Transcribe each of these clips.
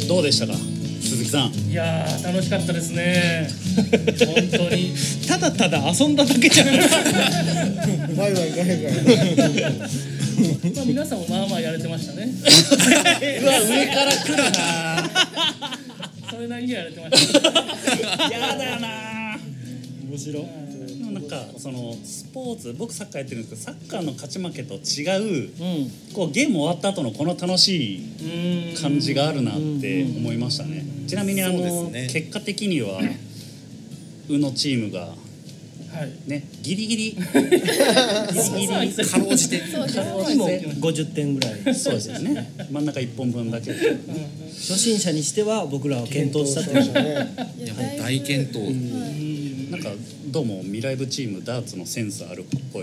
どうでしたか鈴木さん。 いやー楽しかったですね本当にただただ遊んだだけじゃないワイワイガヤガヤまあ皆さんもまあまあやれてましたねうわ上から来るなそれなりにやれてましたやだな。 面白い。 なんかそのスポーツ、僕サッカーやってるんですけど、サッカーの勝ち負けと違う、こうゲーム終わった後のこの楽しい感じがあるなって思いましたね。ちなみに結果的にはうのチームがね、ギリギリかろうじて 50点ぐらい。 そうですよね。真ん中1本分だけ初心者にしては僕らは検討したというか、 いや大健闘。 なんかどうも未来部チームダーツのセンスあるっぽい。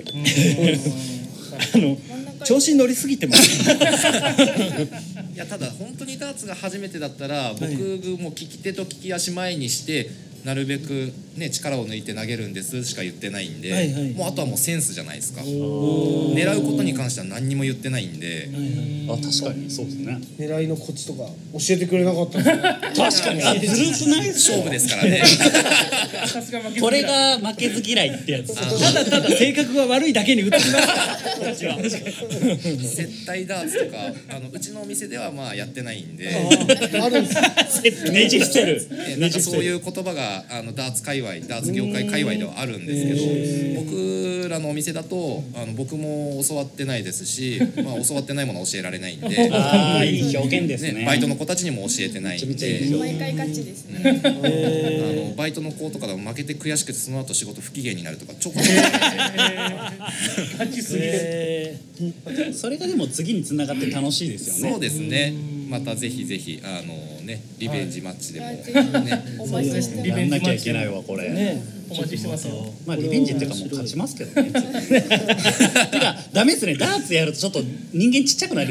調子に乗りすぎてます。 いやただ本当にダーツが初めてだったら、僕も利き手と利き足前にしてなるべくね力を抜いて投げるんですしか言ってないんで、もうあとはもうセンスじゃないですか。狙うことに関しては何にも言ってないんで。 あ、確かにそうですね。 狙いのコツとか教えてくれなかったんですね。 確かに。あ、ずるくないですか。 勝負ですからね。 これが負けず嫌いってやつ。 ただただ性格が悪いだけに映りました。私は。 接待ダーツとかうちのお店ではまあやってないんで。 あるんです。 ねじ伏せる。 なんかそういう言葉がダーツ界隈、ダーツ業界界隈ではあるんですけど、僕らのお店だと僕も教わってないですし、まあ教わってないものは教えられないんで。 ああ、いい表現ですね。 バイトの子たちにも教えてないんで。 毎回勝ちですね。 バイトの子とかでも負けて悔しくてその後仕事不機嫌になるとかちょっと。 勝ちすぎる。 それがでも次に繋がって楽しいですよね。 そうですね。またぜひぜひねリベンジマッチでもね。 お待ちしてます。 やんなきゃいけないわこれ。 お待ちしてますよ。 まあリベンジっていうかもう勝ちますけどね。てかダメですね。ダーツやるとちょっと人間ちっちゃくなる。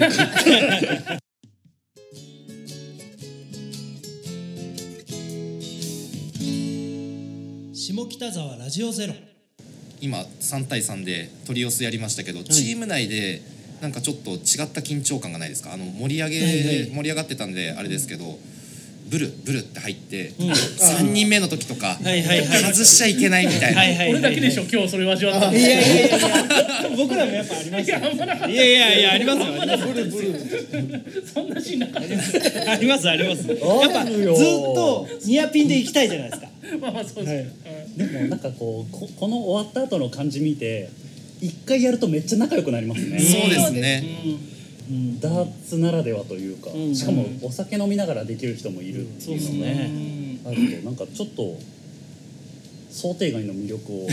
下北沢ラジオゼロ。 今3対3でトリオスやりましたけど、チーム内でなんかちょっと違った緊張感がないですか。盛り上がってたんであれですけど、ブルって入って3人目の時とか外しちゃいけないみたいな。 俺だけでしょ今日それ味わった。 いや僕らもやっぱありますよ。いやありますよ。 そんなシーンなかった。 あります。やっぱずっとニアピンで行きたいじゃないですか。 まあまあそうです。 でもなんかこの終わった後の感じ見て一回やるとめっちゃ仲良くなりますね。 そうですね。 ダーツならではというか、しかもお酒飲みながらできる人もいるっていうのがあると、なんかちょっと想定外の魅力を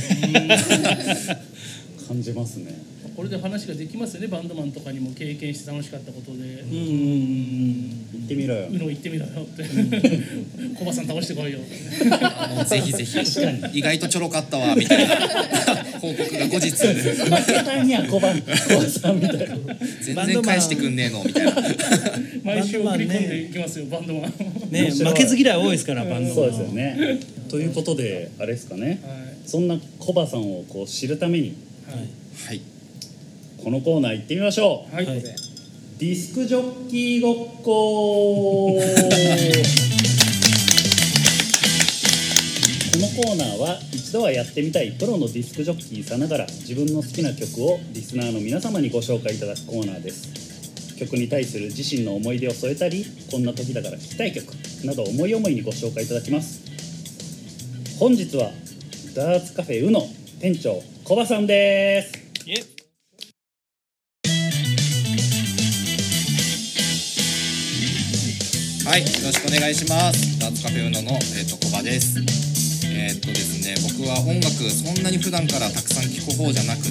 感じますね。 これで話ができますよね。バンドマンとかにも経験して楽しかったことで、 行ってみろよ。 行ってみろよってコバさん倒してこいよ。 ぜひぜひ。意外とちょろかったわみたいな報告が後日。 負けたんやコバさんみたいな。 全然返してくんねえのみたいな。 毎週送り込んでいきますよバンドマン。 ね、負けず嫌い多いですからバンドマン。 そうですよね。ということであれですかね。そんなコバさんをこう知るために、 はい。 このコーナー行ってみましょう。 はい。 ディスクジョッキーごっこ。このコーナーは一度はやってみたいプロのディスクジョッキーさながら自分の好きな曲をリスナーの皆様にご紹介いただくコーナーです。曲に対する自身の思い出を添えたり、こんな時だから聴きたい曲など思い思いにご紹介いただきます。本日はダーツカフェウの店長コバさんです。 はい、よろしくお願いします。ダーツカフェウノのコバです。ですね、僕は音楽そんなに普段からたくさん聴く方じゃなくって、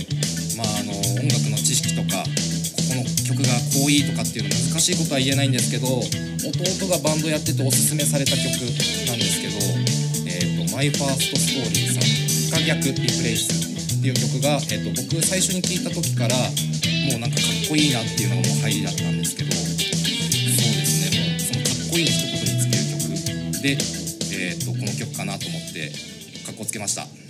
音楽の知識とかここの曲がこういいとかっていうの難しいことは言えないんですけど、弟がバンドやってておすすめされた曲なんですけど、マイファーストストーリーさん不可逆リプレイスっていう曲が、僕最初に聴いた時からもうなんかかっこいいなっていうのがもう入りだったんですけど、そうですね、もうそのかっこいいの一言につける曲で、この曲かなと思ってかっこつけました。